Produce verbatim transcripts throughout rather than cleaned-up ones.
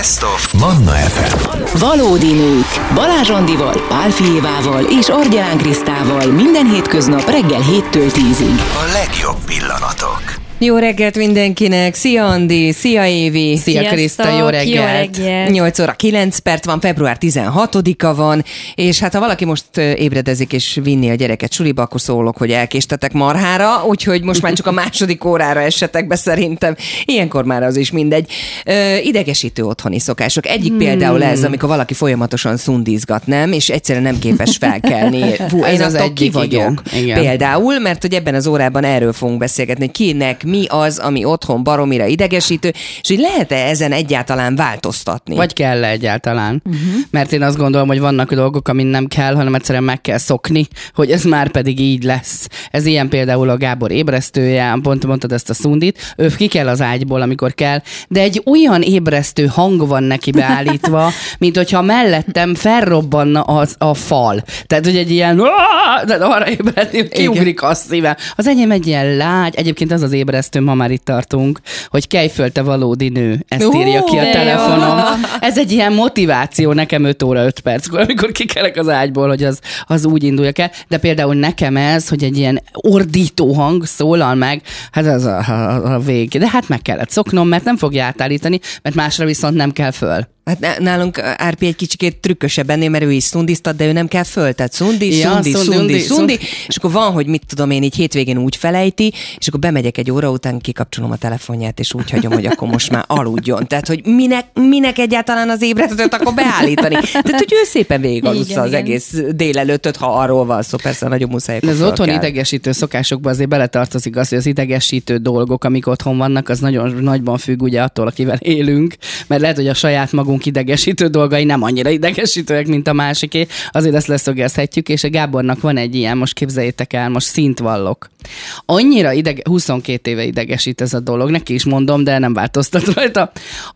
Best of Manna ef em. Valódi nők. Balázs Andival, Pál Fijévával és Argyán Krisztával minden hétköznap reggel héttől tízig. A legjobb pillanatok. Jó reggelt mindenkinek! Szia Andi, szia Évi, szia Sziasztok, Kriszta, jó reggelt! Jó reggelt. nyolc óra kilenc perc van, február tizenhatodika van, és hát ha valaki most ébredezik és vinni a gyereket suliba, akkor szólok, hogy elkéstetek marhára, úgyhogy most már csak a második órára essetek be szerintem. Ilyenkor már az is mindegy. Ö, idegesítő otthoni szokások. Egyik hmm. például ez, amikor valaki folyamatosan szundizgat, nem? És egyszerűen nem képes felkelni. Fú, ez én az attól egyik, ki vagyok. Igen, igen. Például, mert hogy ebben az órában erről fogunk beszélgetni, hogy kinek mi az, ami otthon baromira idegesítő, és hogy lehet-e ezen egyáltalán változtatni? Vagy kell egyáltalán? Uh-huh. Mert én azt gondolom, hogy vannak dolgok, amin nem kell, hanem egyszerűen meg kell szokni, hogy ez már pedig így lesz. Ez ilyen például a Gábor ébresztője, pont mondtad ezt a szundit, ő ki kell az ágyból, amikor kell, de egy olyan ébresztő hang van neki beállítva, mint hogyha mellettem felrobbanna az, a fal. Tehát, hogy egy ilyen tehát arra ébredni, hogy kiugrik a szívem. Az enyém egy ilyen lágy, egyébként az az ébresztő, ma már itt tartunk, hogy kelj föl, te valódi nő. Ezt Ó, írja ki a telefonom. jó. Ez egy ilyen motiváció nekem öt óra öt perckor, amikor kikelek az ágyból, hogy az, az úgy induljak el. De például nekem ez, hogy egy ilyen ordító hang szólal meg, hát az a, a, a vég. De hát meg kellett szoknom, mert nem fogja átállítani, mert másra viszont nem kell föl. Hát nálunk Árpi egy kicsikét trükkösebb ennél, mert ő is szundiztat, de ő nem kell föl. Tehát szundi, Ja, szundi, szundi, szundi, szundi, szundi, és akkor van, hogy mit tudom én, így hétvégén úgy felejti, és akkor bemegyek egy óra után, kikapcsolom a telefonját, és úgy hagyom, hogy akkor most már aludjon. Tehát, hogy minek, minek egyáltalán az ébresztőt akkor beállítani. Tehát, hogy ő szépen végigalussza az egész délelőttöt, ha arról van szó, persze nagyon muszáj. Az otthon idegesítő szokásokban azért beletartozik az, hogy az idegesítő dolgok, amik otthon vannak, az nagyon nagyban függ ugye attól, akivel élünk, mert lehet, hogy a saját magunk idegesítő dolgai nem annyira idegesítőek, mint a másiké, azért ezt leszögezhetjük, és a Gábornak van egy ilyen, most képzeljétek el, most szint vallok. Annyira idege, huszonkét éve idegesít ez a dolog, neki is mondom, de nem változtat rajta.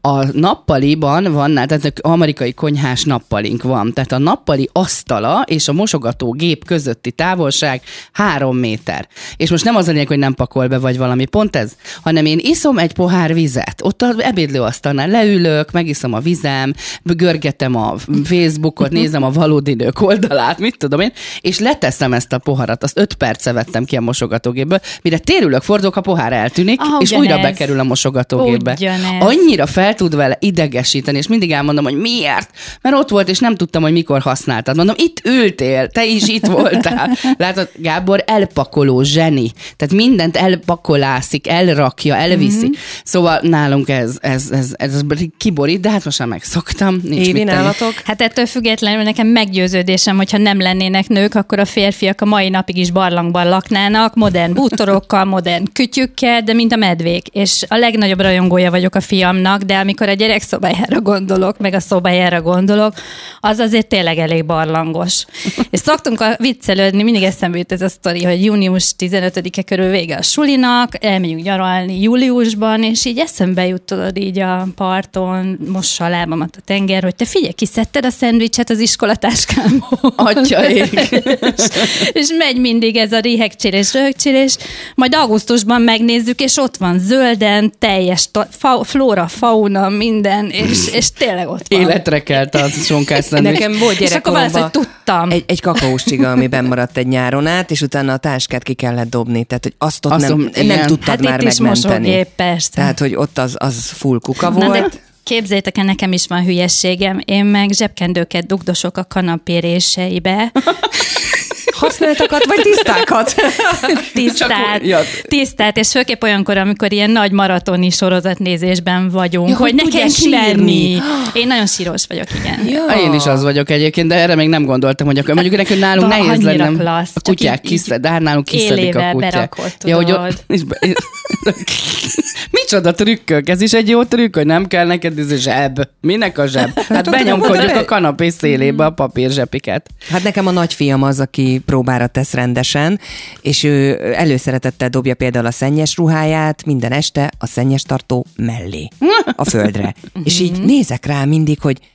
A nappaliban van, tehát amerikai konyhás nappalink van, tehát a nappali asztala és a mosogatógép közötti távolság három méter. És most nem az a lényeg, hogy nem pakol be, vagy valami, pont ez, hanem én iszom egy pohár vizet, ott az ebédlőasztalnál leülök, megiszom a vizem, görgetem a Facebookot, nézem a valódi nők oldalát, mit tudom én, és leteszem ezt a poharat, azt öt perce vettem ki a mosogatógépből, mire térülök, fordulok, a pohár eltűnik, ah, és ugyanez. újra bekerül a mosogatógépbe. Ugyanez. Annyira fel tud vele idegesíteni, és mindig elmondom, hogy miért, mert ott volt, és nem tudtam, hogy mikor használtad. Mondom, itt ültél, te is itt voltál. Látod, Gábor elpakoló zseni, tehát mindent elpakolászik, elrakja, elviszi. Mm-hmm. Szóval nálunk ez, ez, ez, ez, ez kiborít, de hát most már megszoktam. Évi nálatok? Hát ettől függetlenül nekem meggyőződésem, hogyha nem lennének nők, akkor a férfiak a mai napig is barlangban laknának, modern bútorokkal, modern kütyükkel, de mint a medvék. És a legnagyobb rajongója vagyok a fiamnak, de amikor a gyerek szobájára gondolok, meg a szobájára gondolok, az azért tényleg elég barlangos. És szoktunk a viccelődni, mindig eszembe jut ez a sztori, hogy június tizenötödike körül vége a sulinak, elmegyünk nyaralni júliusban, és így eszembe jut tudod így a parton, mossa a lábamat a tenger, hogy te figyelj, kiszedted a szendvicset az iskolatáskámból. Atyaik. és, és megy mindig ez a réhegcsélés, röhögcsélés, majd augusztusban megnézzük, és ott van zölden, teljes ta, fa, flóra, fauna, minden, és, és tényleg ott van. Életre kelt a sonkás szendvics. Nekem volt És akkor válasz, hogy tudtam. Egy, egy kakaós csiga, ami benmaradt egy nyáron át, és utána a táskát ki kellett dobni, tehát hogy azt ott Azt nem, om- nem igen. tudtad Hát már itt is megmenteni. mosógép, persze. Tehát, hogy ott az, az full kuka Na, volt. de képzeljétek el, nekem is van hülyességem. Én meg zsebkendőket dugdosok a kanapé réseibe. Használtakat, vagy tisztákat? Tisztát, ja. tisztát, és főképp olyankor, amikor ilyen nagy maratoni sorozatnézésben vagyunk, Ja, hogy hogy ne kell tudják sírni. sírni. Én nagyon síros vagyok, igen. Ja. Én is az vagyok egyébként, de erre még nem gondoltam, hogy akkor mondjuk nekünk nálunk De nehéz annyira lennem. klassz, A csak kutyák így- kiszed, de hát nálunk kiszedik a élével kutyák. berakod, Ja, hogy tudod. ott, és be, micsoda trükkök, ez is egy jó trükk, hogy nem kell neked ez a zseb. Minek a zseb? Hát benyomkodjuk a kanapé szélébe a papírzsepiket. Hát nekem a nagyfiam az, aki próbára tesz rendesen, és ő előszeretettel dobja például a szennyes ruháját minden este a szennyes tartó mellé, a földre. És így nézek rá mindig, hogy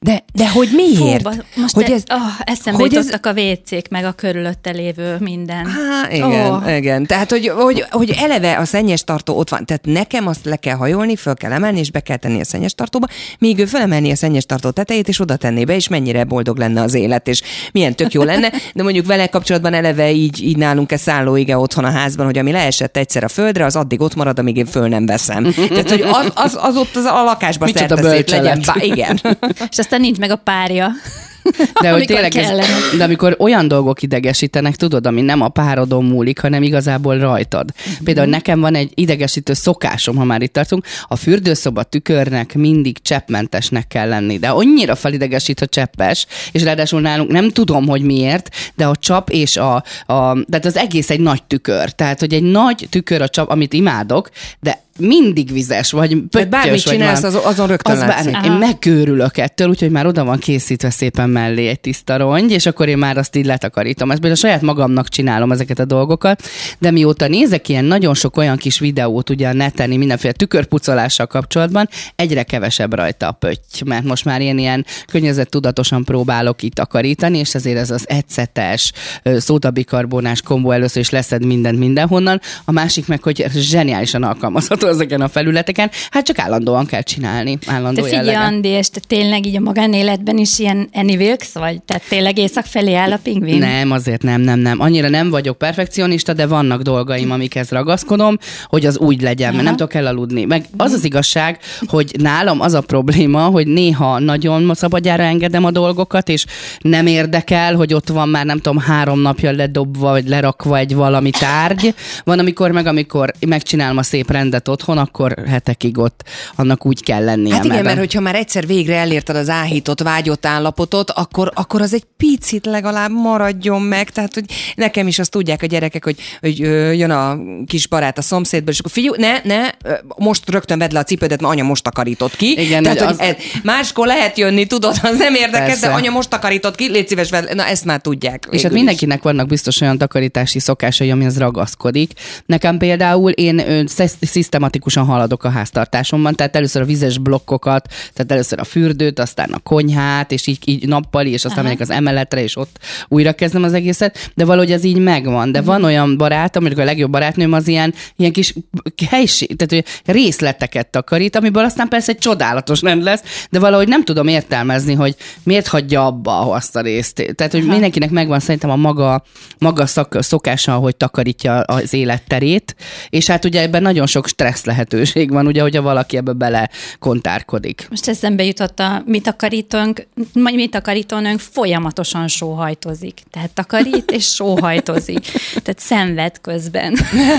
De, de hogy miért? Fú, most hogy e, ez, oh, eszembe hogy jutottak ez... a vécék, meg a körülötte lévő minden. Há, igen, oh. igen. Tehát, hogy, hogy, hogy eleve a szennyes tartó ott van. Tehát nekem azt le kell hajolni, föl kell emelni, és be kell tenni a szennyes tartóba, míg ő fölemelni a szennyes tartó tetejét, és oda tenné be, és mennyire boldog lenne az élet, és milyen tök jó lenne. De mondjuk vele kapcsolatban eleve így, így nálunk ez szállóige otthon a házban, hogy ami leesett egyszer a földre, az addig ott marad, amíg én föl nem veszem. Tehát, hogy az, az, az ott az a lakásban szerteszét legyen. Bá, igen. És aztán nincs meg a párja. De, hogy tényleg ez, de amikor olyan dolgok idegesítenek, tudod, ami nem a párodon múlik, hanem igazából rajtad. Mm-hmm. Például nekem van egy idegesítő szokásom, ha már itt tartunk, a fürdőszoba tükörnek mindig cseppmentesnek kell lenni, de annyira felidegesít, ha cseppes, és ráadásul nálunk nem tudom, hogy miért, de a csap és a, a tehát az egész egy nagy tükör. Tehát, hogy egy nagy tükör a csap, amit imádok, de mindig vizes, vagy pöttyös, bármit vagy csinálsz, az, azon rögtön az látszik. Bár, én megőrülök ettől, úgyhogy már oda van készítve szépen mellé egy tiszta rongy, és akkor én már azt így letakarítom. Ezt például saját magamnak csinálom ezeket a dolgokat, de mióta nézek ilyen nagyon sok olyan kis videót ugye a neten, mindenféle tükörpucolással kapcsolatban, egyre kevesebb rajta a pötty, mert most már én ilyen környezettudatosan próbálok itt takarítani, és ezért ez az ecetes, szódabikarbonás kombó először is leszed mindent mindenhonnan, a másik meg, hogy zseniálisan alkalmazható ezeken a felületeken, hát csak állandóan kell csinálni, állandó te figyelj, jellegen. Andi, és te tényleg így a magánéletben is ilyen Annie Wilkes vagy? Tehát tényleg éjszak felé áll a pingvin? Nem, azért nem, nem, nem. Annyira nem vagyok perfekcionista, de vannak dolgaim, amikhez ragaszkodom, hogy az úgy legyen, mert Aha. nem tudok elaludni. Meg az az igazság, hogy nálam az a probléma, hogy néha nagyon szabadjára engedem a dolgokat, és nem érdekel, hogy ott van már nem tudom, három napja ledobva, vagy lerakva egy valami tárgy. Van, amikor meg, amikor megcsinálom a szép rendet otthon, akkor hetekig ott annak úgy kell lennie. Hát igen, mert, mert hogyha már egyszer végre elérted az áhított, vágyott állapotot, akkor, akkor az egy picit legalább maradjon meg. Tehát, hogy nekem is azt tudják a gyerekek, hogy, hogy jön a kis barát a szomszédból, és akkor figyelj, ne, ne, most rögtön vedd le a cipődet, mert anya most takarított ki. Igen, Tehát, hogy az... ez, máskor lehet jönni, tudod, az nem érdekes, Persze. de anya most takarított ki, légy szíves, vedd, na ezt már tudják. És hát mindenkinek is. Vannak biztos olyan takarítási szokásai, amihez ragaszkodik. Nekem például én szisztematikusan haladok a háztartásomban, tehát először a vizes blokkokat, tehát először a fürdőt, aztán a konyhát, és így, így nappali, és aztán megyek az emeletre, és ott újra kezdem az egészet, de valahogy ez így megvan. De uh-huh. van olyan barátom, mondjuk a legjobb barátnőm az ilyen, ilyen kis helység, tehát hogy részleteket takarít, amiből aztán persze egy csodálatos rend lesz, de valahogy nem tudom értelmezni, hogy miért hagyja abba azt a részt. Tehát, hogy uh-huh. mindenkinek megvan szerintem a maga, maga szak, szokása, hogy takarítja az életterét, és hát ugye ebben nagyon sok stressz lehetőség van, ugye, hogyha valaki ebbe bele kontárkodik. Most eszembe jutott a mi takarítónk, mi takarítónőnk folyamatosan sóhajtozik. Tehát takarít és sóhajtozik. Tehát szenved közben.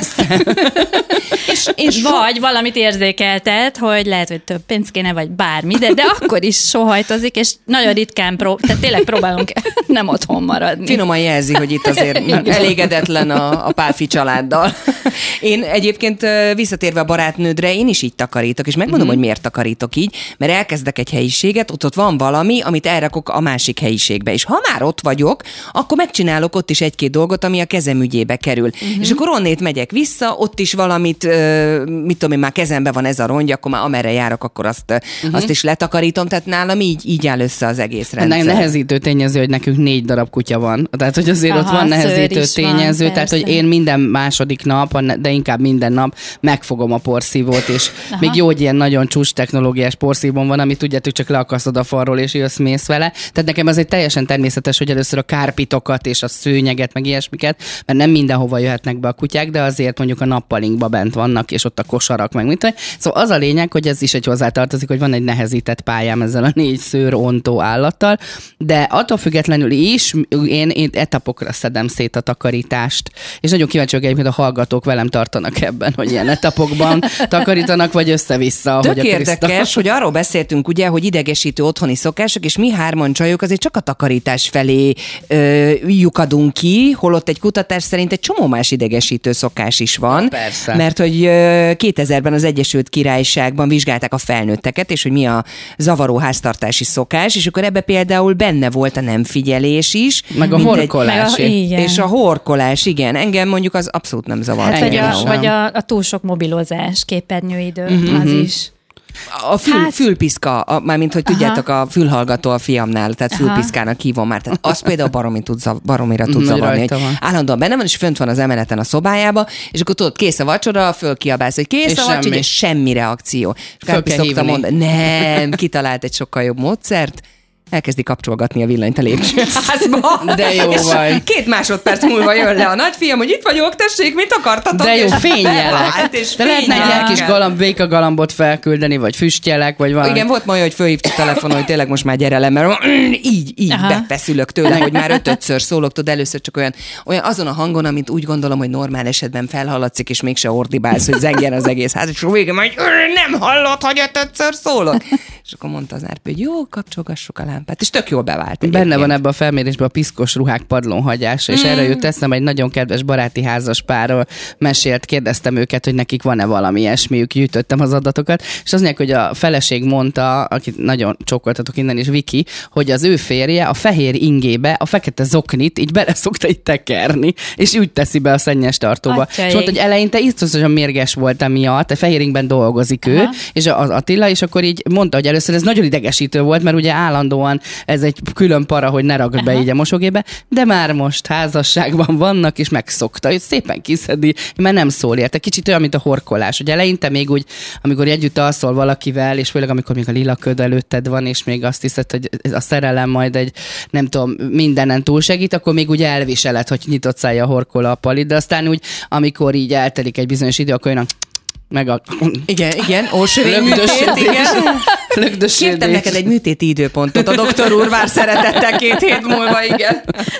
és, és vagy valamit érzékeltet, hogy lehet, hogy több pénz kéne, vagy bármi, de, de akkor is sóhajtozik, és nagyon ritkán prób- tehát tényleg próbálunk nem otthon maradni. Finoman jelzi, hogy itt azért elégedetlen a, a Pálfi családdal. Én egyébként visszatérve a barátnődre, én is így takarítok, és megmondom, mm-hmm. hogy miért takarítok így, mert elkezdek egy helyiséget, ott ott van valami, amit elrakok a másik helyiségbe, és ha már ott vagyok, akkor megcsinálok ott is egy-két dolgot, ami a kezem ügyébe kerül. Mm-hmm. És akkor onnét megyek vissza, ott is valamit, mit tudom én, már kezembe van ez a rongy, akkor már amerre járok, akkor azt, mm-hmm. azt is letakarítom, tehát nálam így, így áll össze az egész rendszer. Nehezítő tényező, hogy nekünk négy darab kutya van. Tehát, hogy azért Aha, ott van nehezítő tényező, van, tehát, hogy én minden második nap, de inkább minden nap megfogom a porszívót, és Aha. még jó, hogy ilyen nagyon csúcs technológiás porszívón van, amit tudjátok, csak leakasztod a falról, és jössz mész vele. Tehát nekem az egy teljesen természetes, hogy először a kárpitokat és a szőnyeget, meg ilyesmiket, mert nem mindenhova jöhetnek be a kutyák, de azért mondjuk a nappalinkba bent vannak, és ott a kosarak, meg mit. Szóval az a lényeg, hogy ez is egy hozzátartozik, hogy van egy nehezített pályám ezzel a négy szőr ontó állattal, de attól függetlenül is én, én etapokra szedem szét a takarítást, és nagyon kíváncsi vagyok, hogy a hallgatók velem tartanak ebben, hogy ilyen etapokban takarítanak, vagy össze-vissza. Tök hogy érdekes, hogy arról beszéltünk ugye, hogy idegesítő otthoni szokások, és mi hárman csajok azért csak a takarítás felé ö, lyukadunk ki, holott egy kutatás szerint egy csomó más idegesítő szokás is van. Persze. Mert hogy ö, kétezerben az Egyesült Királyságban vizsgálták a felnőtteket, és hogy mi a zavaró háztartási szokás, és akkor ebbe például benne volt a nem figyelés is. Meg a horkolás. És a horkolás, igen. Engem mondjuk az abszolút nem zavar. Hát vagy, a, vagy a, a túl sok mobilozás, képernyőidő, uh-huh. az is. A fül, Hát- fülpiszka, a, mármint, hogy tudjátok, a fülhallgató a fiamnál, tehát fülpiszkának hívom már. Tehát az például baromi tud, zav- baromira tud Nagy zavarni, rajta hogy van. állandóan benne van, és fönt van az emeleten a szobájába, és akkor tudod, kész a vacsora, fölkiabálsz, hogy kész És a vacsora, semmi. és semmi reakció. És Föl Kárpi kell szokta hívni. mondani, nem, kitalált egy sokkal jobb módszert, elkezdi kapcsolgatni a villanyt a lépcsőházba. De jó és vagy. Két másodperc múlva jön le a nagyfiam, hogy itt vagyok, tessék, mit akartatok? De jó, És fényjelek. bevált, és De lehetne egy ilyen fényjelek. kis galamb, békagalambot felküldeni, vagy füstjelek, vagy valami. Igen, volt majd, hogy fölhívta telefonon, hogy tényleg most már gyere le, mert így, így Aha. befeszülök tőle, hogy már ötödször szólok, tudod, először csak olyan, olyan azon a hangon, amit úgy gondolom, hogy normál esetben felhallatszik, és mégse ordibálsz, hogy zengjen az egész ház, és végül majd nem hallod, hogy ötödször szólok. És akkor mondta az Árpi, hogy jó, kapcsolgassuk a lámpát, és tök jól bevált. Benne egyébként. van ebben a felmérésben a piszkos ruhák padlónhagyása, és mm. erre jut eszembe, egy nagyon kedves baráti házas párról mesélt, kérdeztem őket, hogy nekik van-e valami ilyesmiük, gyűjtöttem az adatokat, és az mondják, hogy a feleség mondta, akit nagyon csókoltatok innen is, Viki, hogy az ő férje a fehér ingébe a fekete zoknit így bele szokta így tekerni, és úgy teszi be a szennyes tartóba. Atyaik. És mondta, hogy eleinte iszonyatosan mérges volt emiatt, a fehér ingben dolgozik ő, Aha. és az Attila, és akkor így mondta, hogy először ez nagyon idegesítő volt, mert ugye állandóan ez egy külön para, hogy ne ragd be Aha. így a mosógébe, de már most házasságban vannak, és megszokta, hogy szépen kiszedi, mert nem szól érte. Kicsit olyan, mint a horkolás. Ugye eleinte még úgy, amikor együtt alszol valakivel, és főleg amikor még a lila köd előtted van, és még azt hiszed, hogy a szerelem majd egy, nem tudom, mindenen túlsegít, akkor még úgy elviseled, hogy nyitott szája horkol a palit, de aztán úgy, amikor így eltelik egy bizonyos idő, akkor olyan meg a Igen, igen, ósörény műtét, lögdösödés. igen. lögdösödés. Kértem neked egy műtéti időpontot, a doktor úr vár szeretettel két hét múlva, igen.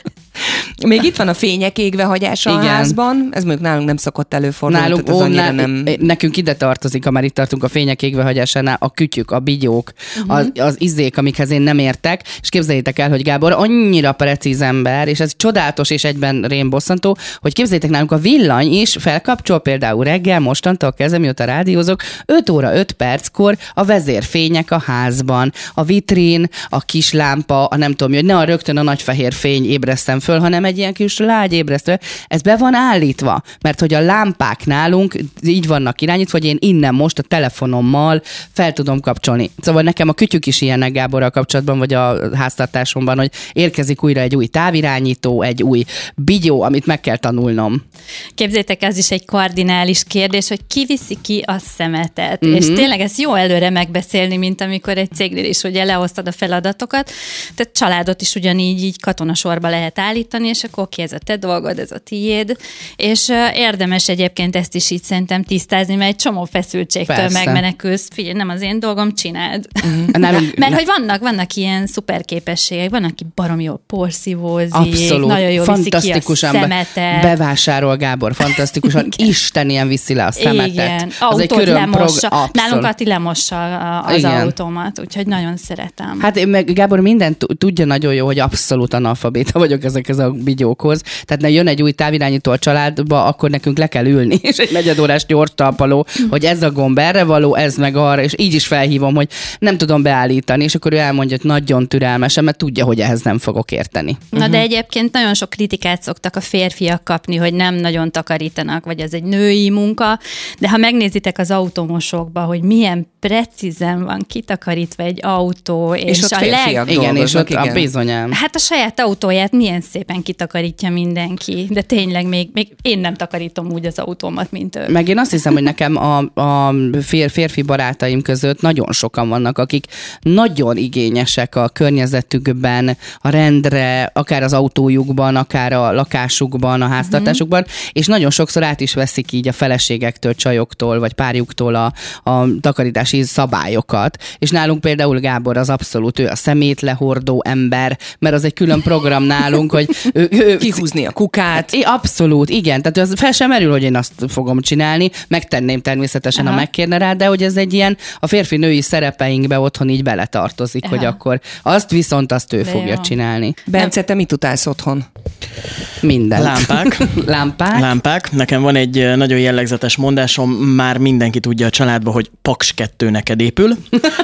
Még itt van a fények égve hagyása a Igen. házban, ez mondjuk nálunk nem szokott előfordulni, Nálunk, tehát ó, ez annyira nál, nem... nekünk ide tartozik, ha már itt tartunk a fények égvehagyásánál, a kütyük, a bigyók, uh-huh. az, az izzék, amikhez én nem értek, és képzeljétek el, hogy Gábor annyira precíz ember, és ez csodálatos és egyben rémbosszantó, hogy képzeljétek, nálunk a villany is felkapcsol például reggel, mostantól kezdve, mióta rádiózok, öt óra öt perckor a vezérfények a házban, a vitrín, a kis lámpa, a nem tudom, hogy ne a rögtön a nagy fehér fény ébresztem föl, hanem egy ilyen kis lágy ébresztő. Ez be van állítva, mert hogy a lámpák nálunk így vannak irányítva, hogy én innen most a telefonommal fel tudom kapcsolni. Szóval nekem a kütyük is ilyenek Gáborral kapcsolatban, vagy a háztartásomban, hogy érkezik újra egy új távirányító, egy új bigyó, amit meg kell tanulnom. Képzeljétek, ez is egy kardinális kérdés, hogy ki viszi ki a szemetet. Mhm. Uh-huh. És tényleg ez jó előre megbeszélni, mint amikor egy cégnél is ugye leosztad a feladatokat. Tehát családot is ugyanígy így katonasorba lehet állítani, és akkor oké, ez a te dolgod, ez a tiéd. És uh, érdemes egyébként ezt is így szerintem tisztázni, mert egy csomó feszültségtől Persze. megmenekülsz. Figyelj, nem az én dolgom, csináld. Uh-huh. Nálunk, Mert hogy vannak, vannak ilyen szuper képességek, van, aki baromi jól porszívózik, abszolút, nagyon jól viszi ki a fantasztikusan be, szemetet. bevásárol Gábor, fantasztikusan, Isten ilyen viszi le a szemetet. Igen, Az egy autót külön lemossa. prog- Nálunk Ati lemossa a- az Igen. autómat, úgyhogy nagyon szeretem. Hát én meg Gábor minden tudja nagyon jó, hogy abszolút analfabéta vagyok ezekhez a bigyókhoz. Tehát ne jön egy új távirányító a családba, akkor nekünk le kell ülni, és egy negyedórás gyors talpaló, hogy ez a gomb erre való, ez meg arra, és így is felhívom, hogy nem tudom beállítani, és akkor ő elmondja, hogy nagyon türelmesen, mert tudja, hogy ehhez nem fogok érteni. Na de egyébként nagyon sok kritikát szoktak a férfiak kapni, hogy nem nagyon takarítanak, vagy ez egy női munka, de ha megnézitek az autómosokba, hogy milyen precízen van kitakarítva egy autó, és, És ott a férfiak leg... Igen, és ott igen. a bizonyám. Hát a saját autóját milyen szépen kitakarítja mindenki, de tényleg még, még én nem takarítom úgy az autómat, mint ő. Meg én azt hiszem, hogy nekem a, a fér, férfi barátaim között nagyon sokan vannak, akik nagyon igényesek a környezetükben, a rendre, akár az autójukban, akár a lakásukban, a háztartásukban, uh-huh. és nagyon sokszor át is veszik így a feleségektől, csajoktól, vagy párjuktól a, a takarítási szabályokat. És nálunk például Gábor az abszolút, ő a szemét lehordó ember, mert az egy külön program nálunk, hogy ő, ő, Kihúzni a kukát. É, abszolút, igen. Tehát az fel sem merül, hogy én azt fogom csinálni, megtenném természetesen, Aha. ha megkérne rá, de hogy ez egy ilyen a férfi-női szerepeinkbe otthon így beletartozik, Aha. hogy akkor azt viszont azt ő De fogja jó. csinálni. Bence, te mit utálsz otthon? Minden. Lámpák. Lámpák. Lámpák. Nekem van egy eh, nagyon jellegzetes mondásom, már mindenki tudja a családban, hogy Paks kettő neked épül.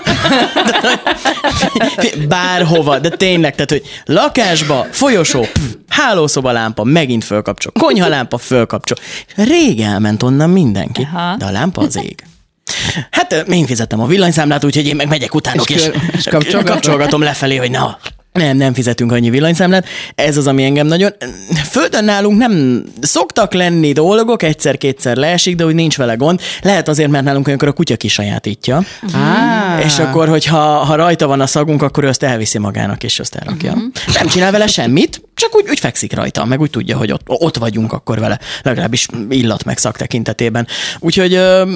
Bárhova, de tényleg, tehát, hogy lakásba, folyosó, pff, hálószoba lámpa, megint fölkapcsol, konyhalámpa fölkapcsol. Rég elment onnan mindenki, Aha. de a lámpa az ég. Hát én fizettem a villanyszámlát, úgyhogy én meg megyek utánok, és, és, és kapcsolgatom. kapcsolgatom lefelé, hogy na, nem, nem fizetünk annyi villanyszámlát. Ez az, ami engem nagyon... Földön nálunk nem szoktak lenni dolgok, egyszer-kétszer leesik, de úgy nincs vele gond. Lehet azért, mert nálunk olyankor a kutya kisajátítja. Ah. És akkor, hogyha ha rajta van a szagunk, akkor ő azt elviszi magának, és azt elrakja. Uh-huh. Nem csinál vele semmit, csak úgy, úgy fekszik rajta, meg úgy tudja, hogy ott, ott vagyunk akkor vele. Legalábbis illat meg szag tekintetében. Úgyhogy... Ö,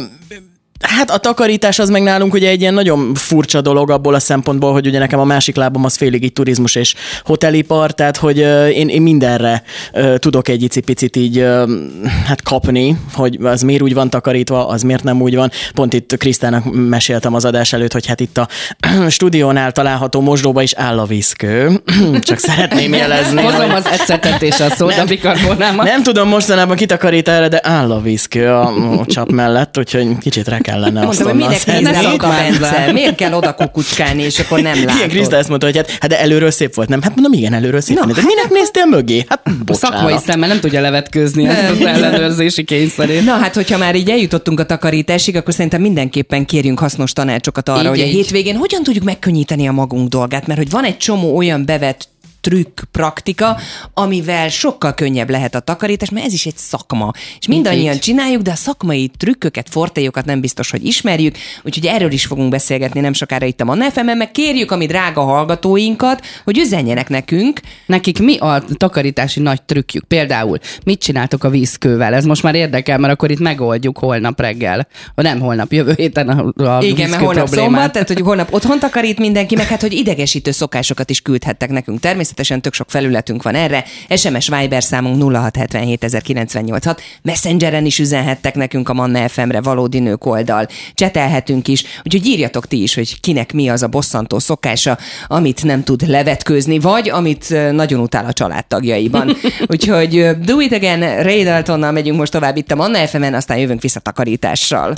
Hát a takarítás az meg nálunk ugye egy ilyen nagyon furcsa dolog abból a szempontból, hogy ugye nekem a másik lábam az félig így turizmus és hotelipar, tehát hogy uh, én, én mindenre uh, tudok egy icipicit így uh, hát kapni, hogy az miért úgy van takarítva, az miért nem úgy van. Pont itt Krisztának meséltem az adás előtt, hogy hát itt a stúdiónál található mosdóba is áll a vízkő. Csak szeretném jelezni. Hozom az ecetetés a szódabikarbónámat. Nem tudom mostanában kitakarít erre, de áll a vízkő a, a csap mellett, úgyhogy kicsit rá kellene azt mondom, hogy minek nézel oda, szakmázza. Bence? Miért kell oda kukucskálni, és akkor nem látod? Igen, Kriszta ezt mondta, hogy hát, hát de előről szép volt, nem? Hát mondom, igen, előről szép volt. De minek néztél mögé? Hát A szakmai bocsánat. szemmel nem tudja levetkőzni ezt az ellenőrzési kényszerét. Na hát, hogyha már így eljutottunk a takarításig, akkor szerintem mindenképpen kérjünk hasznos tanácsokat arra, Így, hogy a így. hétvégén hogyan tudjuk megkönnyíteni a magunk dolgát, mert hogy van egy csomó olyan bevett trükk, praktika, amivel sokkal könnyebb lehet a takarítás, mert ez is egy szakma. És mindannyian Így. csináljuk, de a szakmai trükköket, fortéjokat nem biztos, hogy ismerjük, úgyhogy erről is fogunk beszélgetni nem sokára itt a Manna ef emen, meg kérjük a mi drága hallgatóinkat, hogy üzenjenek nekünk. Nekik mi a takarítási nagy trükkjük? Például mit csináltok a vízkővel? Ez most már érdekel, mert akkor itt megoldjuk holnap reggel. Vagy nem holnap, jövő héten a, a Igen, vízkő mert holnap problémát. szombat, tehát hogy holnap otthon takarít mindenki, meg hát, hogy idegesítő szokásokat is küldhettek nekünk. Természetesen tök sok felületünk van erre. es em es Viber számunk nulla hat hetvenhét ezerkilencszáznyolcvanhat. Messengeren is üzenhettek nekünk a Manna ef emre, Valódi Nők oldal. Csetelhetünk is. Úgyhogy írjatok ti is, hogy kinek mi az a bosszantó szokása, amit nem tud levetkőzni, vagy amit nagyon utál a családtagjaiban. Úgyhogy do it again, Ray Daltonnal megyünk most tovább itt a Manna ef emen, aztán jövünk vissza takarítással.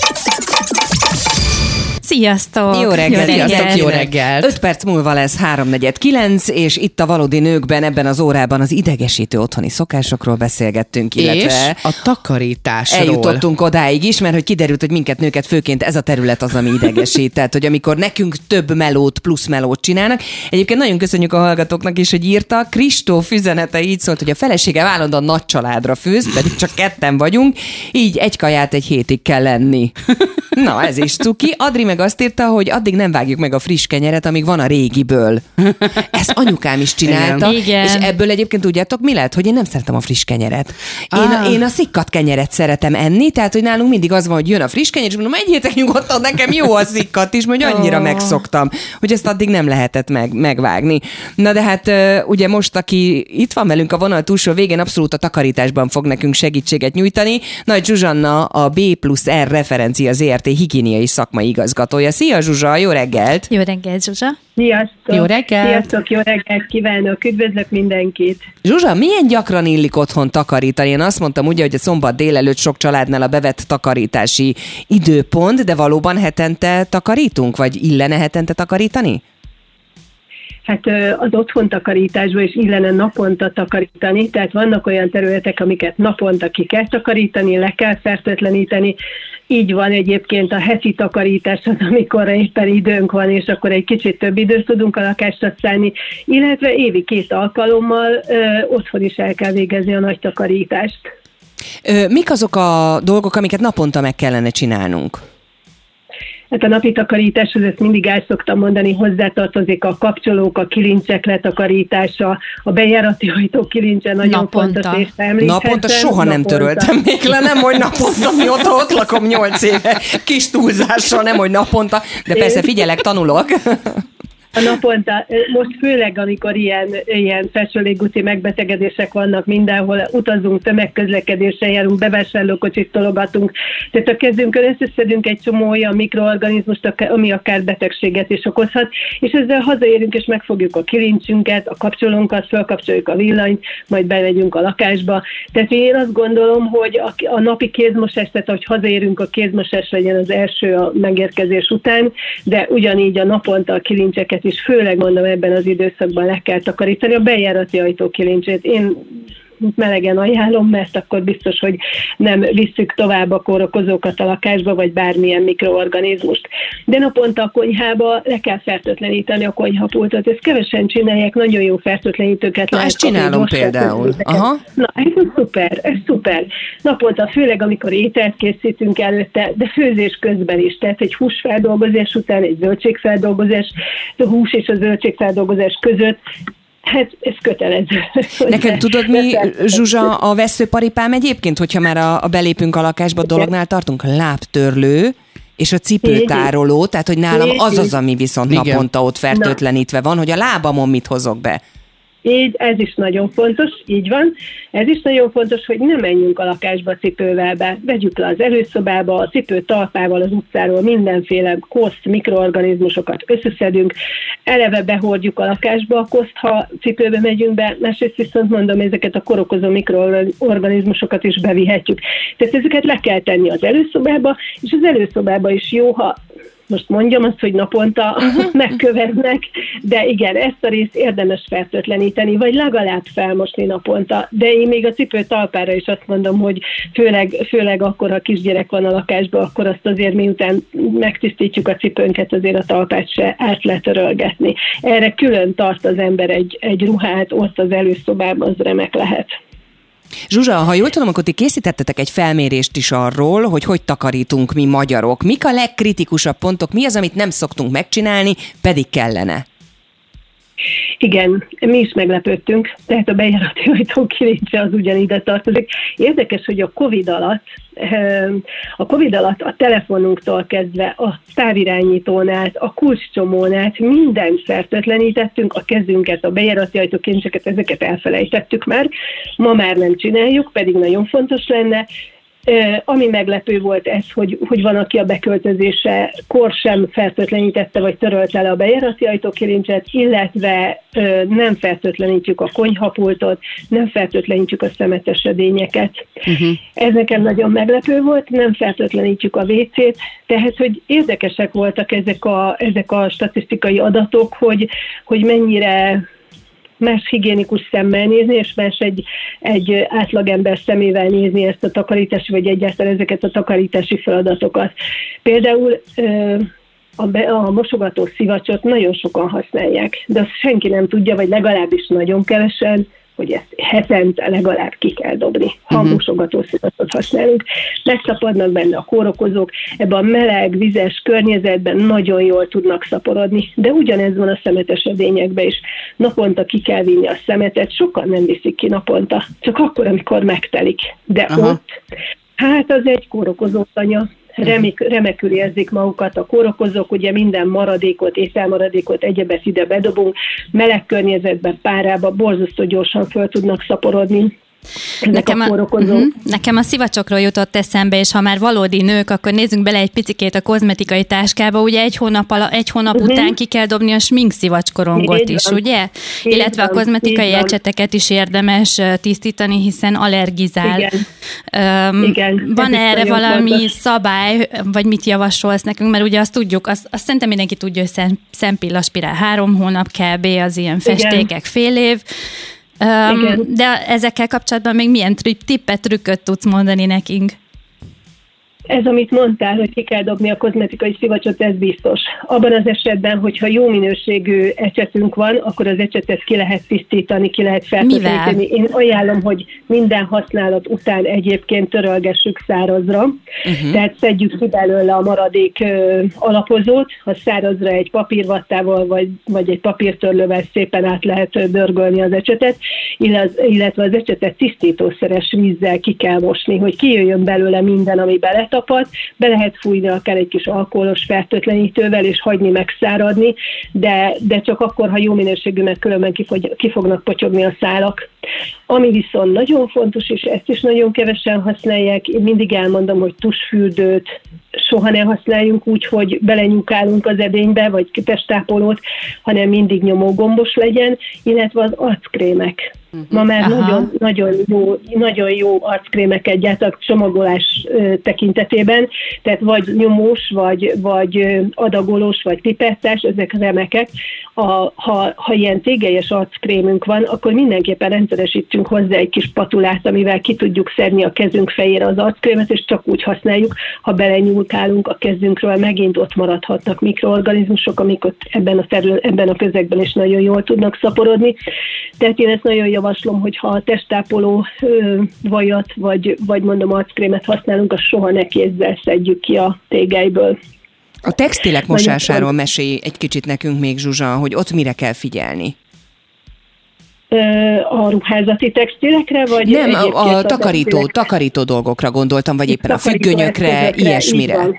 Sziasztok! Jó reggelt! Sziasztok, jó reggelt! öt perc múlva lesz háromnegyed kilenc, és itt a Valódi Nőkben ebben az órában az idegesítő otthoni szokásokról beszélgettünk, illetve... És a takarításról. Eljutottunk odáig is, mert hogy kiderült, hogy minket nőket főként ez a terület az, ami idegesít. Tehát, hogy amikor nekünk több melót, plusz melót csinálnak. Egyébként nagyon köszönjük a hallgatóknak is, hogy írta. Kristóf üzenete így szólt, hogy a feleségem állandóan nagy családra főz, pedig csak ketten vagyunk, így egy kaját egy hétig kell lenni. Na, ez is cuki. Adri meg azt írta, hogy addig nem vágjuk meg a friss kenyeret, amíg van a régiből. Ezt anyukám is csinálta. Igen. És ebből egyébként tudjátok, mi lehet, hogy én nem szeretem a friss kenyeret. Én, Ah. én a szikkat kenyeret szeretem enni, tehát hogy nálunk mindig az van, hogy jön a friss kenyer, és mondom, egyétek nyugodtan, nekem jó a szikkat is, hogy annyira Oh. megszoktam, hogy ezt addig nem lehetett meg, megvágni. Na de hát ugye most, aki itt van velünk a vonal túlsó végén, abszolút a takarításban fog nekünk segítséget nyújtani. Nagy Zsuzsanna, a B plusz R referencia zé er té higiéniai szakmai igazgatója. Szia Zsuzsa, jó reggelt! Jó reggelt, Zsuzsa! Sziasztok! Jó reggelt! Sziasztok, jó reggelt kívánok! Üdvözlök mindenkit! Zsuzsa, milyen gyakran illik otthon takarítani? Én azt mondtam ugye, hogy a szombat délelőtt sok családnál a bevett takarítási időpont, de valóban hetente takarítunk, vagy illene hetente takarítani? Hát ö, az otthon takarításból is illene naponta takarítani, tehát vannak olyan területek, amiket naponta ki kell takarítani, le kell fertőtleníteni. Így van egyébként a heti takarítás az, amikor éppen időnk van, és akkor egy kicsit több időt tudunk a lakásra szállni, illetve évi két alkalommal ö, otthon is el kell végezni a nagy takarítást. Ö, mik azok a dolgok, amiket naponta meg kellene csinálnunk? Hát a napi takarításhoz ezt mindig el szoktam mondani, hozzátartozik a kapcsolók, a kilincsek letakarítása, a bejárati ajtó kilincse nagyon Naponta. fontos, és említhetem. Naponta soha nem Naponta. töröltem még le, nem, hogy naponta, mióta ott lakom nyolc éve, kis túlzással, nem, hogy naponta, de persze figyelek, tanulok. A naponta, most főleg, amikor ilyen, ilyen felső légúti megbetegedések vannak mindenhol, utazunk, tömegközlekedésre járunk, bevásárlókocsit tologatunk, tehát a kezünkön összeszedünk egy csomó olyan mikroorganizmust, ami akár betegséget is okozhat, és ezzel hazaérünk és megfogjuk a kilincsünket, a kapcsolónkat, felkapcsoljuk a villanyt, majd bemegyünk a lakásba. Tehát én azt gondolom, hogy a, a napi kézmosás, tehát hogy hazaérünk, a kézmosás legyen az első a megérkezés után, de ugyanígy a naponta a kilincseket is, főleg mondom ebben az időszakban le kell takarítani, a bejárati ajtó kilincsét. Én melegen ajánlom, mert akkor biztos, hogy nem visszük tovább a kórokozókat a lakásba, vagy bármilyen mikroorganizmust. De naponta a konyhába le kell fertőtleníteni a konyhapultot. Ezt kevesen csinálják, nagyon jó fertőtlenítőket Na, lehet ezt csinálom kapni, például. Aha. Na, ez szuper, ez szuper. Naponta, főleg amikor ételt készítünk előtte, de főzés közben is. Tehát egy húsfeldolgozás után, egy zöldségfeldolgozás, a hús és a zöldségfeldolgozás között, hát ez kötelező. Neked tudod mi, Zsuzsa, a vesszőparipám egyébként, hogyha már a, a belépünk a lakásba dolognál tartunk, lábtörlő, és a cipőtároló, tehát hogy nálam az az, ami viszont Igen. naponta ott fertőtlenítve van, hogy a lábamon mit hozok be. Így, ez is nagyon fontos, így van. Ez is nagyon fontos, hogy ne menjünk a lakásba cipővel be. Vegyük le az előszobába, a cipő talpával az utcáról mindenféle koszt, mikroorganizmusokat összeszedünk, eleve behordjuk a lakásba a koszt, ha cipőbe megyünk be, másrészt viszont mondom, ezeket a korokozó mikroorganizmusokat is bevihetjük. Tehát ezeket le kell tenni az előszobába, és az előszobába is jó, ha most mondjam azt, hogy naponta uh-huh. megköveznek, de igen, ezt a részt érdemes fertőtleníteni, vagy legalább felmosni naponta. De én még a cipő talpára is azt mondom, hogy főleg, főleg akkor, ha kisgyerek van a lakásban, akkor azt azért miután megtisztítjuk a cipőnket, azért a talpát se át lehet törölgetni. Erre külön tart az ember egy, egy ruhát, ott az előszobában, az remek lehet. Zsuzsa, ha jól tudom, akkor ti készítettetek egy felmérést is arról, hogy hogy takarítunk mi magyarok. Mik a legkritikusabb pontok, mi az, amit nem szoktunk megcsinálni, pedig kellene? Igen, mi is meglepődtünk, tehát a bejárati ajtó kilincse az ugyanide tartozik. Érdekes, hogy a Covid alatt, a Covid alatt a telefonunktól kezdve a távirányítón át, a kulcscsomón át mindent fertőtlenítettünk, a kezünket, a bejárati ajtó kilincseket, ezeket elfelejtettük már. Ma már nem csináljuk, pedig nagyon fontos lenne. Uh, ami meglepő volt ez, hogy, hogy van, aki a beköltözésekor sem fertőtlenítette, vagy törölte le a bejárati ajtókilincset, illetve uh, nem fertőtlenítjük a konyhapultot, nem fertőtlenítjük a szemetesedényeket. Uh-huh. Ez nekem nagyon meglepő volt, nem fertőtlenítjük a vécét, tehát, hogy érdekesek voltak ezek a, ezek a statisztikai adatok, hogy, hogy mennyire más higiénikus szemmel nézni, és más egy, egy átlagember szemével nézni ezt a takarítási, vagy egyáltalán ezeket a takarítási feladatokat. Például a, be, a mosogató szivacsot nagyon sokan használják, de azt senki nem tudja, vagy legalábbis nagyon kevesen, hogy ezt hetente legalább ki kell dobni, ha uh-huh. mosogató szivacsot használunk. Megszapodnak benne a kórokozók, ebben a meleg, vizes környezetben nagyon jól tudnak szaporodni, de ugyanez van a szemetesedényekben is. Naponta ki kell vinni a szemetet, sokan nem viszik ki naponta, csak akkor, amikor megtelik. De uh-huh. ott, hát az egy kórokozó tanya. Remik, remekül érzik magukat a kórokozók, ugye minden maradékot, ételmaradékot, egyebet ide bedobunk, meleg környezetben, párába borzasztó gyorsan föl tudnak szaporodni. Nekem a, uh-huh. nekem a szivacsokról jutott eszembe, és ha már valódi nők, akkor nézzünk bele egy picikét a kozmetikai táskába, ugye egy hónap, ala, egy hónap uh-huh. után ki kell dobni a smink szivacskorongot is, ugye? Így illetve van, a kozmetikai ecseteket is érdemes tisztítani, hiszen allergizál. Igen. Um, Igen. Van erre valami fontos szabály, vagy mit javasolsz nekünk? Mert ugye azt tudjuk, azt, azt szerintem mindenki tudja, hogy szem, szempillaspirál három hónap kb. Az ilyen festékek Igen. fél év. Um, de ezekkel kapcsolatban még milyen tippet, trükköt tudsz mondani nekünk? Ez, amit mondtál, hogy ki kell dobni a kozmetikai szivacsot, ez biztos. Abban az esetben, hogyha jó minőségű ecsetünk van, akkor az ecsetet ki lehet tisztítani, ki lehet fertőtleníteni. Én ajánlom, hogy minden használat után egyébként törölgessük szárazra. Uh-huh. Tehát szedjük ki belőle a maradék ö, alapozót, ha szárazra egy papírvattával vagy, vagy egy papírtörlővel szépen át lehet dörgölni az ecsetet, illetve az ecsetet tisztítószeres vízzel ki kell mosni, hogy kijöjjön belőle minden, ami belet tapad, be lehet fújni akár egy kis alkoholos fertőtlenítővel, és hagyni megszáradni, de, de csak akkor, ha jó minőségű, mert különben kifogy, ki fognak potyogni a szálak. Ami viszont nagyon fontos, és ezt is nagyon kevesen használják, én mindig elmondom, hogy tusfürdőt soha ne használjunk úgy, hogy belenyúkálunk az edénybe, vagy testápolót, hanem mindig nyomógombos legyen, illetve az arckrémek. Ma már nagyon, nagyon, jó, nagyon jó arckrémeket gyártak csomagolás tekintetében, tehát vagy nyomós, vagy, vagy adagolós, vagy pipettás, ezek remekek. a, ha, ha ilyen tégelyes arckrémünk van, akkor mindenképpen rendszeresítsünk hozzá egy kis patulát, amivel ki tudjuk szedni a kezünk fejére az arckrémet, és csak úgy használjuk, ha belenyúlkálunk a kezünkről, megint ott maradhatnak mikroorganizmusok, amik ott ebben a, terül, ebben a közegben is nagyon jól tudnak szaporodni. Tehát én ezt nagyon javaslom, hogy ha a testápoló ö, vajat, vagy, vagy mondom arckrémet használunk, azt soha ne kézzel szedjük ki a tégelyből. A textilek mosásáról mesélj egy kicsit nekünk még, Zsuzsa, hogy ott mire kell figyelni. A ruházati textilekre, vagy nem, a, a takarító, takarító dolgokra gondoltam, vagy éppen a függönyökre, ilyesmire.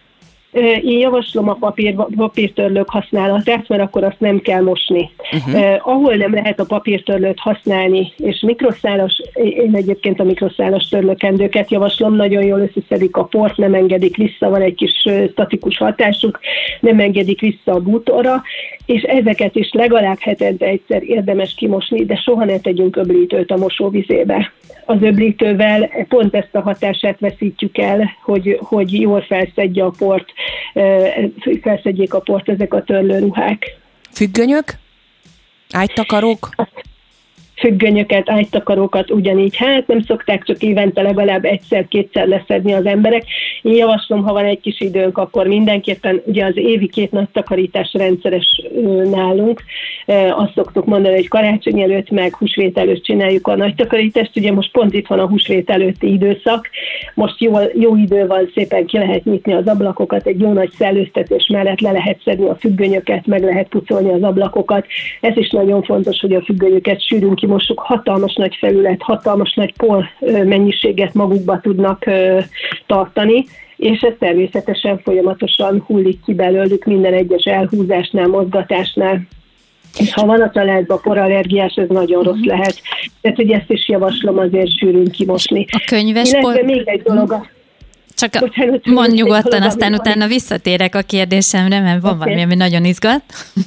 Én javaslom a papír, papírtörlők használatát, mert akkor azt nem kell mosni. Uh-huh. Uh, ahol nem lehet a papírtörlőt használni, és mikroszálas, én egyébként a mikroszálas törlőkendőket javaslom, nagyon jól összeszedik a port, nem engedik vissza, van egy kis uh, statikus hatásuk, nem engedik vissza a bútorra, és ezeket is legalább hetente egyszer érdemes kimosni, de soha ne tegyünk öblítőt a mosóvizébe. Az öblítővel pont ezt a hatását veszítjük el, hogy, hogy jól felszedje a port, felszedjék a port ezek a törlőruhák. Függönyök? Ágytakarók? Függönyöket, ágytakarókat ugyanígy. Hát nem szokták csak évente legalább egyszer-kétszer leszedni az emberek. Én javaslom, ha van egy kis időnk, akkor mindenképpen ugye az évi két nagy takarítás rendszeres nálunk. Azt szoktuk mondani, hogy karácsony előtt meg húsvét előtt csináljuk a nagy takarítást. Ugye most pont itt van a húsvét előtti időszak. Most jó, jó idő van, szépen ki lehet nyitni az ablakokat, egy jó nagy szellőztetés mellett le lehet szedni a függönyöket, meg lehet pucolni az ablakokat. Ez is nagyon fontos, hogy a függönyöket sűrűn kimossuk, hatalmas nagy felület, hatalmas nagy por mennyiséget magukba tudnak tartani, és ez természetesen folyamatosan hullik ki belőlük minden egyes elhúzásnál, mozgatásnál. És ha van a családban porallergiás, ez nagyon rossz lehet. Tehát, hogy ezt is javaslom azért sűrűn kimosni. A könyves Illetve por... még egy dolog a... Csak a... Bocsánat, mond nyugodtan, dolog, aztán utána visszatérek a kérdésemre, mert van okay. valami, ami nagyon izgat.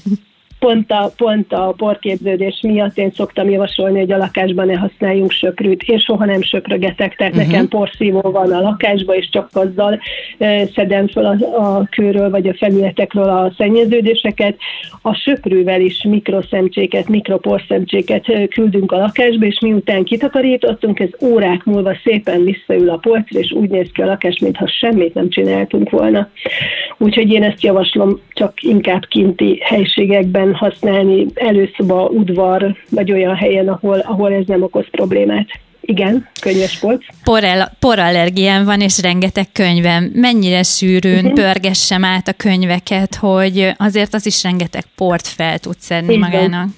Pont a, pont a porképződés miatt én szoktam javasolni, hogy a lakásban ne használjunk söprűt. Én soha nem söprögetek, tehát uh-huh. nekem porszívó van a lakásban, és csak azzal uh, szedem fel a, a kőről vagy a felületekről a szennyeződéseket. A söprűvel is mikroszemcséket, mikroporszemcséket uh, küldünk a lakásba, és miután kitakarítottunk, ez órák múlva szépen visszaül a polcra, és úgy néz ki a lakás, mintha semmit nem csináltunk volna. Úgyhogy én ezt javaslom csak inkább kinti helységekben használni, előszoba, udvar, vagy olyan helyen, ahol, ahol ez nem okoz problémát. Igen, könyves polc. Porel, porallergián van, és rengeteg könyvem. Mennyire sűrűn uh-huh. pörgessem át a könyveket, hogy azért az is rengeteg port fel tud szedni Így magának. Van.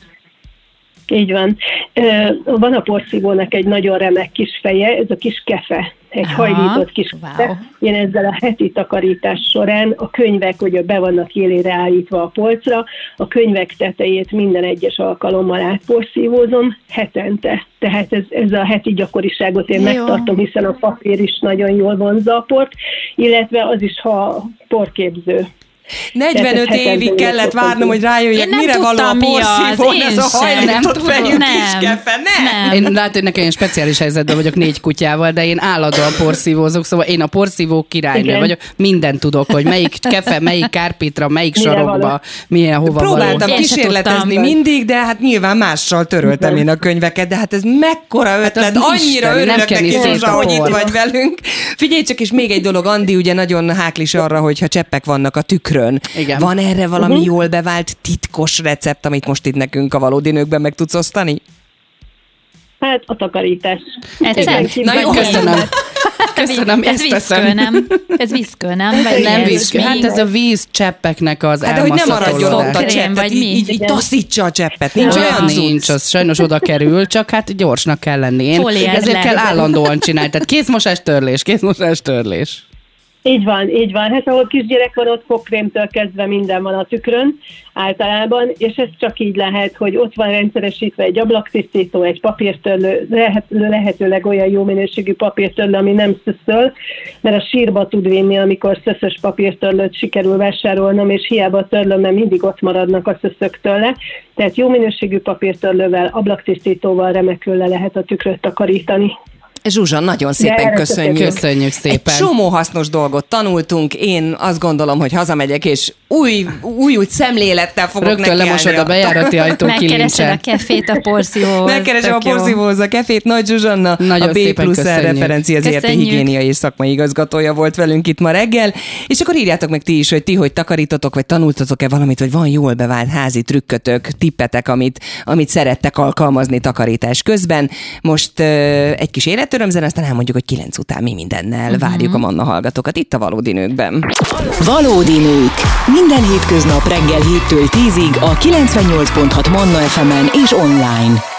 Így van. Van a porszívónak egy nagyon remek kis feje, ez a kis kefe. Egy Aha, hajlított kis kefe. Wow. Én ezzel a heti takarítás során a könyvek, ugye be vannak élére állítva a polcra, a könyvek tetejét minden egyes alkalommal átporszívózom hetente. Tehát ez, ez a heti gyakoriságot én Jó. megtartom, hiszen a papír is nagyon jól vonzza a port, illetve az is, ha porképző. negyvenöt évig kellett várnom, hogy rájöjjek, mire való a porszívón, ez a hajlított fejű kiskefe. Nem. nem. Én látom, hogy nekem ilyen speciális helyzetben vagyok négy kutyával, de én állandóan porszívózok, szóval én a porszívó királynő Igen. vagyok. Mindent tudok, hogy melyik kefe, melyik kárpitra, melyik mire sarokba, való. milyen hova Próbáltam való. kísérletezni mindig, de hát nyilván mással töröltem én a könyveket, de hát ez mekkora ötlet, hát annyira örülök neki, Zsuzsa, hogy itt vagy velünk. Figyelj csak, és még egy dolog, Andi ugye nagyon háklis arra, hogyha cseppek vannak a tükrön. Igen. Van erre valami uh-huh. jól bevált titkos recept, amit most itt nekünk a valódi nőkben meg tudsz osztani? Hát a takarítás. Egyszer? Na jó, köszönöm. Köszönöm, ez ezt teszem. Viszkő, nem? Ez viszkő, nem? Vagy nem viszkő. Hát ez a víz cseppeknek az hát, elmaszatolódás. Hát, hogy nem maradjon ott a csepp, vagy így, így, így taszítsa a cseppet. Nincs olyan, olyan nincs, az sajnos oda kerül, csak hát gyorsnak kell lenni. Én ezért kell állandóan csinálni. Tehát kézmosás, törlés, kézmosás, törlés. Így van, így van. Hát ahol kisgyerek van, ott fogkrémtől kezdve minden van a tükrön általában, és ez csak így lehet, hogy ott van rendszeresítve egy ablaktisztító, egy papírtörlő, lehetőleg olyan jó minőségű papírtörlő, ami nem szöszöl, mert a sírba tud vinni, amikor szöszös papírtörlőt sikerül vásárolnom, és hiába törlöm, mert mindig ott maradnak a szöszök tőle. Tehát jó minőségű papírtörlővel, ablaktisztítóval remekül le lehet a tükröt takarítani. Zsuzsa, nagyon szépen De köszönjük. Köszönjük szépen. Egy csomó hasznos dolgot tanultunk. Én azt gondolom, hogy hazamegyek, és új, új, új szemlélettel fogok Rögtön nekiállni lemosod a bejárati ajtó Megkeresed kilincsen. a kefét a porszívóhoz. Megkeresem a Tök jó. porszívóhoz a kefét. Nagy Zsuzsanna, Nagyon a B szépen plusz R köszönjük. referencia zé er té Köszönjük. higiéniai és szakmai igazgatója volt velünk itt ma reggel. És akkor írjátok meg ti is, hogy ti hogy takarítotok, vagy tanultatok-e valamit, vagy van jól bevált házi trükkötök, tippetek, amit, amit szerettek alkalmazni takarítás közben. Most uh, egy kis életörömzen, aztán elmondjuk, hogy kilenc után mi mindennel uh-huh. várjuk a Manna hallgatókat itt a Valódi Nőkben. Valódi nők. Minden hétköznap reggel héttől tízig a kilencvennyolc pont hat Manna ef emen és online.